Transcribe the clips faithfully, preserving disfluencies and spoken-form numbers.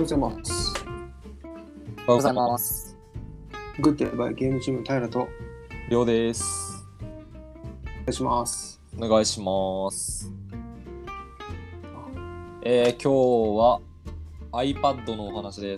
ようございます。 おはようございます。 グッデバイゲームチーム平とりょうです。 お願いします。 お願いします。えー、今日は iPad のお話です。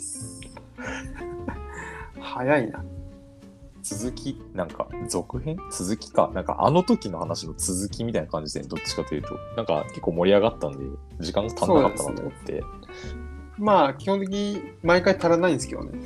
早いな。 続きなんか続編続きかなんかあの時の話の続きみたいな感じで、どっちかというとなんか結構盛り上がったんで時間足んなかったなと思って、ね、 まあ基本的に毎回足らないんですけどね。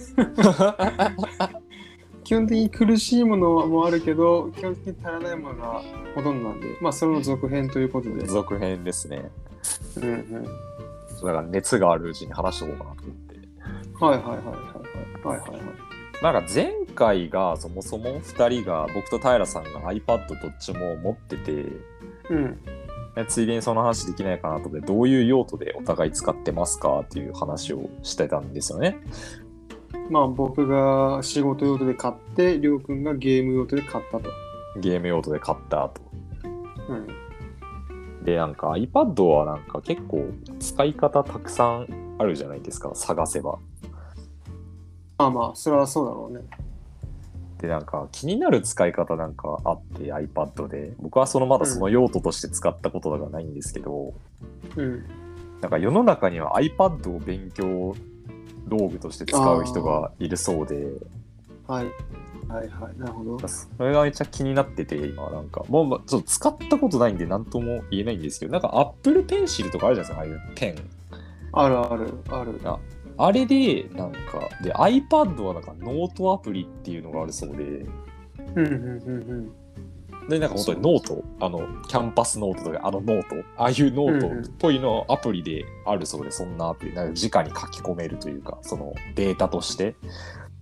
基本的に苦しいものもあるけど基本的に足らないものがほとんどなんで、まあそれの続編ということで。 続編ですね。 うんうん。 だから熱があるうちに話しておこうかなと思って。 はいはいはいはいはいはいはい。 なんか前回がそもそもふたりが僕と平さんが iPad どっちも持ってて、 うん、 ついでにその話できないかなと思って、どういう用途でお互い使ってますかっていう話をしてたんですよね。 まあ僕が仕事用途で買ってりょうくんがゲーム用途で買ったと。 ゲーム用途で買ったと。 うん、 でなんか iPad はなんか結構使い方たくさんあるじゃないですか、探せば。 まあまあそれはそうだろうね。 でなんか気になる使い方なんかあって iPad で、僕はそのまだその用途として使ったことがないんですけど、 うん、 なんか世の中には iPad を勉強道具として使う人がいるそうで、 はいはいはい、なるほど。 それがめっちゃ気になってて、今なんかもうちょっと使ったことないんで何とも言えないんですけど、なんか Apple Pencil とかあるじゃないですか、ああいうペン。 あるあるある。 ああれでなんかで iPad はなんかノートアプリっていうのがあるそうで、 うんうんうんうん。 でなんか本当にノート、あのキャンパスノートとかあのノート、ああいうノートっぽいのアプリであるそうで、そんなアプリなんか直に書き込めるというか、そのデータとして、うん、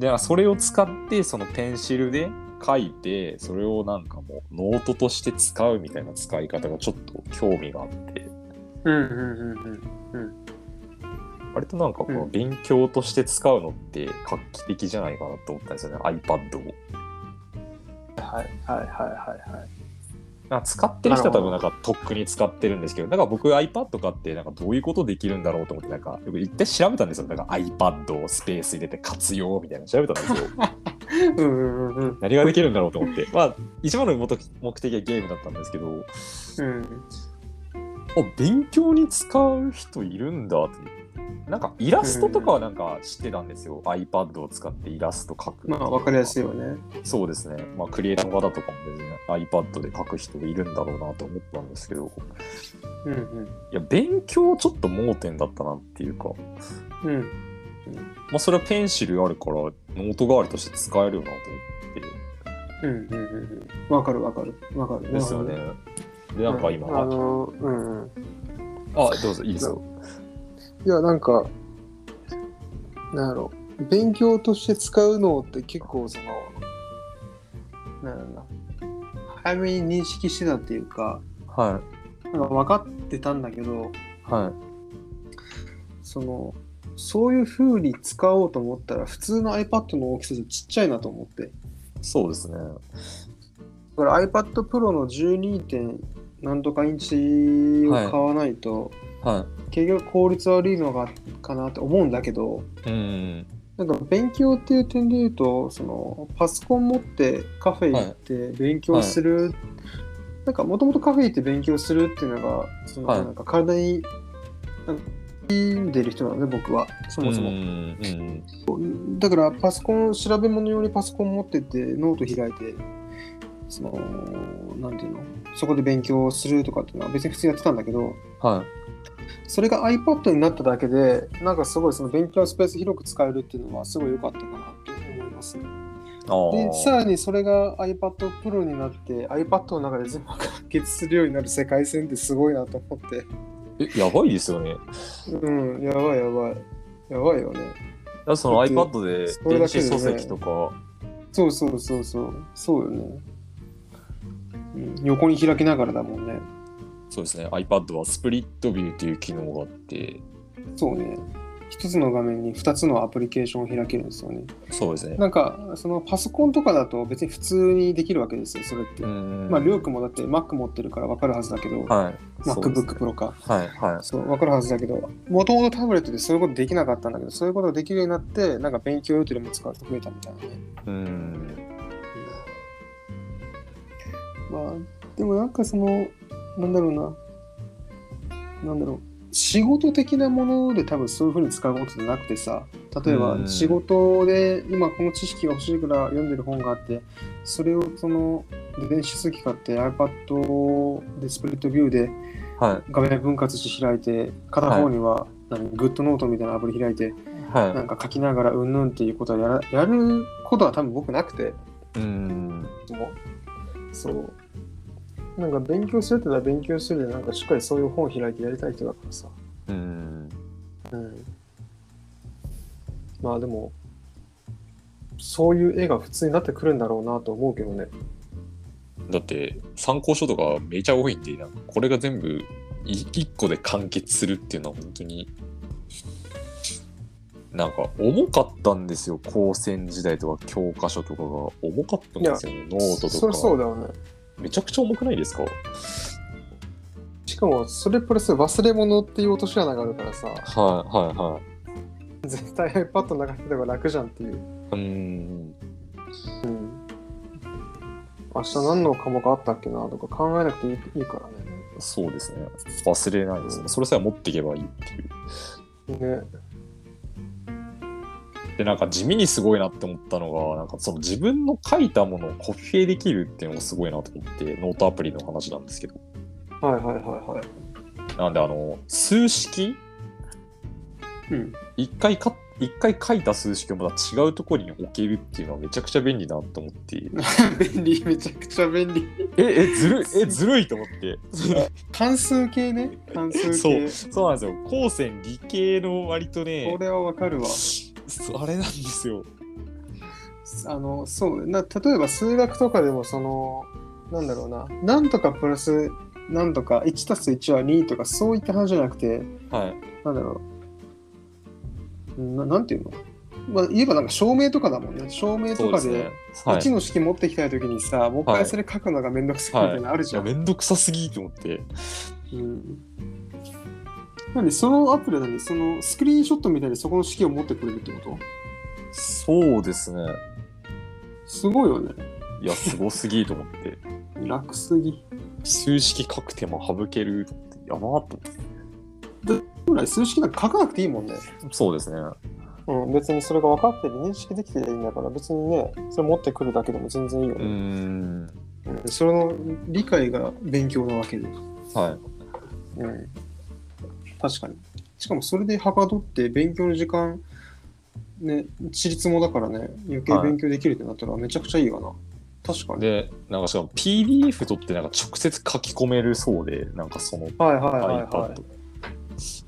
でそれを使ってそのペンシルで書いて、それをなんかもうノートとして使うみたいな使い方がちょっと興味があって、 うんうんうんうんうん。 割となんかこう勉強として使うのって画期的じゃないかなと思ったんですよね、うん、iPad を。 はいはいはいはいはい。 なんか使ってる人は多分なんかとっくに使ってるんですけど、なんか僕 iPad 買ってなんかどういうことできるんだろうと思って、なんかよく一回調べたんですよ。なんか iPad をスペース入れて活用みたいなの調べたんですよ。 うんうんうん、 何ができるんだろうと思って、まあ一番の目的はゲームだったんですけど、うん、あ、勉強に使う人いるんだって。なんかイラストとかはなんか知ってたんですよ、うん、iPad を使ってイラスト描く。 まあ分かりやすいよね。 そうですね、まあクリエイターの方とかも別に iPad で描く人いるんだろうなと思ったんですけど、 うんうん、いや勉強ちょっと盲点だったなっていうか、 うんうん、 まあそれはペンシルあるからノート代わりとして使えるよなと思って。 うんうんうん、分かる分かる分かるですよね。でなんか今、うん、 あのうんうん、 あ、どうぞいいですよ。 いやなんかなんやろ、勉強として使うのって結構そのなんやろな、早めに認識してたっていうか、 はい、 なんか分かってたんだけど、 はい、 そのそういう風に使おうと思ったら普通の iPad の大きさじゃちっちゃいなと思って。 そうですね。 だから iPad Pro の じゅうに. 点なんとかインチを買わないと、はいはい、結局効率悪いのがかなって思うんだけど、うん、なんか勉強っていう点で言うと、そのパソコン持ってカフェ行って勉強する、はいはい、なんかもともとカフェ行って勉強するっていうのがその、はい、なんか体になんか出る人なので、僕はそもそも、うんうん、だからパソコン調べ物用にパソコン持ってってノート開いて、そのなんていうの、そこで勉強するとかっていうのは別に普通やってたんだけど、はい、それが iPad になっただけでなんかすごいその勉強スペース広く使えるっていうのはすごい良かったかなと思いますね。でさらにそれが iPad Pro になって iPad の中で全部完結するようになる世界線ってすごいなと思って。 え、やばいですよね。 うん、やばいやばいやばいよね。 だその iPad で電子書籍とか、 そうそうそうそうそうよね、うん、横に開きながらだもんね。 そうですね。iPad はスプリットビューという機能があって、 そうね。 一つの画面に二つのアプリケーションを開けるんですよね。 そうですね。 なんかそのパソコンとかだと別に普通にできるわけですよ、それって。まありょうくんもだって Mac 持ってるから分かるはずだけど、はい、MacBook Pro か。 はいはい。 そう分かるはずだけど、もともとタブレットでそういうことできなかったんだけど、そういうことができるようになって、なんか勉強用途でも使うと増えたみたいなね。うん。まあでもなんかそのなんだろうな、なんだろう。仕事的なもので多分そういう風に使うことじゃなくてさ、例えば仕事で今この知識が欲しいから読んでる本があって、それをその電子書籍買って iPad でスプリットビューで画面分割して開いて、片方には何グッドノートみたいなアプリ開いて、はい、なんか書きながらうんぬんっていうことはやらやることは多分僕なくて、うーんそうなんか勉強するってのは勉強するで、なんかしっかりそういう本を開いてやりたい人だからさ。うん。うん。まあでも、そういう絵が普通になってくるんだろうなと思うけどね。 だって参考書とかめちゃ多いんで、なんかこれが全部一個で完結するっていうのは本当になんか重かったんですよ。高専時代とか教科書とかが重かったんですよね。ノートとか。 そりゃそうだよね。 めちゃくちゃ重くないですか？ しかもそれプラス忘れ物っていう落とし穴があるからさ、はいはいはい。絶対 iPad の中にいた方が楽じゃんっていう。うーん。うん。明日何の科目あったっけなとか考えなくていい、いいからね。 そうですね。忘れないですね。うん、それさえ持っていけばいいっていう。ね。でなんか地味にすごいなって思ったのが、なんかその自分の書いたものをコピペできるっていうのがすごいなと思って、ノートアプリの話なんですけど。 はいはいはいはい。 なんであの数式、うん、一回か一回書いた数式をまた違うところに置けるっていうのはめちゃくちゃ便利だなと思って。 便利、めちゃくちゃ便利。 ええずるえずるいと思って。 関数系ね。関数系。 そうそうなんですよ。高専理系の割とね。 これはわかるわ。 あれなんですよ。 あのそうな例えば数学とかでもそのなんだろうな、なんとかプラスなんとかいちたすいちはにとかそういった話じゃなくて、はい、なんだろう な, なんていうの、まあ、言えばなんか証明とかだもんね。証明とかでいちの式持ってきたいときにさ、はい、もう一回それ書くのがめんどくさいみたいなのあるじゃん。 はい、いやめんどくさすぎと思って。うん。 何そのアプリは何そのスクリーンショットみたいにそこの式を持ってくれるってこと？ そうですね。 すごいよね。 いやすごすぎと思って。 楽すぎ。 数式書く手間省けるってやばーと思って。 で本来数式なんか書かなくていいもんね。 そうですね。 うん、別にそれが分かってる認識できていいんだから別にねそれ持ってくるだけでも全然いいよね。うーん、うん、その理解が勉強なわけで。はい。うん。確かに。しかもそれではかどって勉強の時間ね、私立もだからね、余計勉強できるってなったらめちゃくちゃいいわな。はい、確かに。 で、なんかしかも ピーディーエフ 取ってなんか直接書き込めるそうで、なんかその iPad、はいはいはいはい、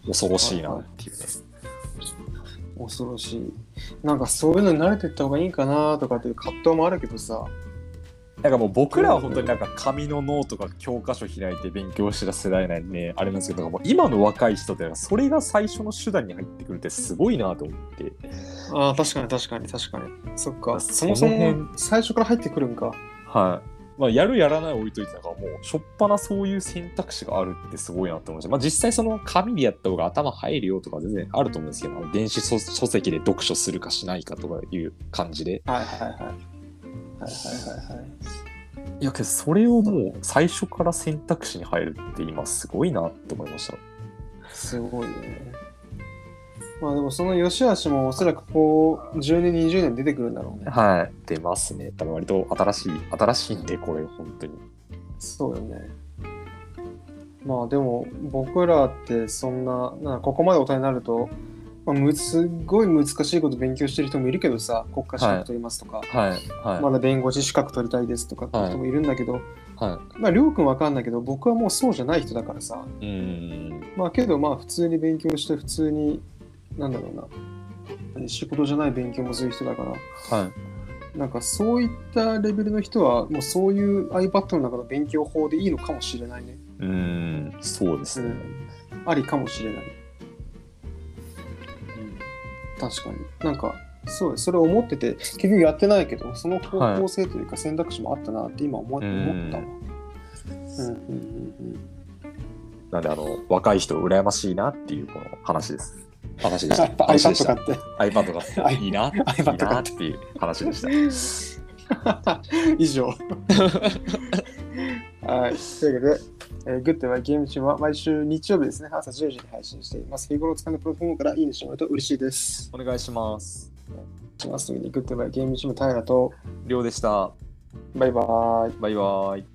恐ろしいなっていうね、 はいはい。恐ろしい。なんかそういうのに慣れていった方がいいかなとかっていう葛藤もあるけどさ。 なんかもう僕らは本当になんか紙のノートとか教科書開いて勉強してた世代なんであれなんですけど、もう今の若い人ってそれが最初の手段に入ってくるってすごいなと思って。 ああ確かに確かに確かに。そっか。そもそも最初から入ってくるんか。 はい。まあやるやらない置いといてなんかもうしょっぱなそういう選択肢があるってすごいなって思いました。まあ実際その紙でやった方が頭入るよとか全然あると思うんですけど、電子書籍で読書するかしないかとかいう感じで。はいはいはい。はいはいはいはい。いやけどそれをもう最初から選択肢に入るって今すごいなって思いました。 すごいね。まあでもその良し悪しもおそらくこうじゅうねんにじゅうねん出てくるんだろうね。 はい、出ますね。多分割と新しい新しいんでこれ本当に。 そうよね。まあでも僕らってそんな、なんかここまで大人になると。まあ、むすごい難しいこと勉強してる人もいるけどさ、国家資格取りますとか、はいはいはい、まだ弁護士資格取りたいですとかって人もいるんだけど、はいはい、まありょうくんわかんないけど僕はもうそうじゃない人だからさ、うん、まあけどまあ普通に勉強して普通になんだろうな仕事じゃない勉強もする人だから、はい、なんかそういったレベルの人はもうそういう iPad の中の勉強法でいいのかもしれないね。 うん、そうですね、 うん、ありかもしれない。 確かに。なんか、そうそれを思ってて、結局やってないけど、その方向性というか選択肢もあったなって今思,、はい、思ったわ。うんうんうんうん。 なんで、あの、若い人羨ましいなっていうこの話です。話でした。 iPad 買って。 iPad 買って。いいな。iPad 買ってっていう話でした。 以上。はい。というわけで、えー、グッドバイゲームチームは毎週日曜日ですね、朝じゅうじに配信しています。日頃使うプロフォームからいいねしてもらうと嬉しいです。 お願いします。 します。次にグッドバイゲームチーム平とりょうでした。 バイバーイ。 バイバーイ。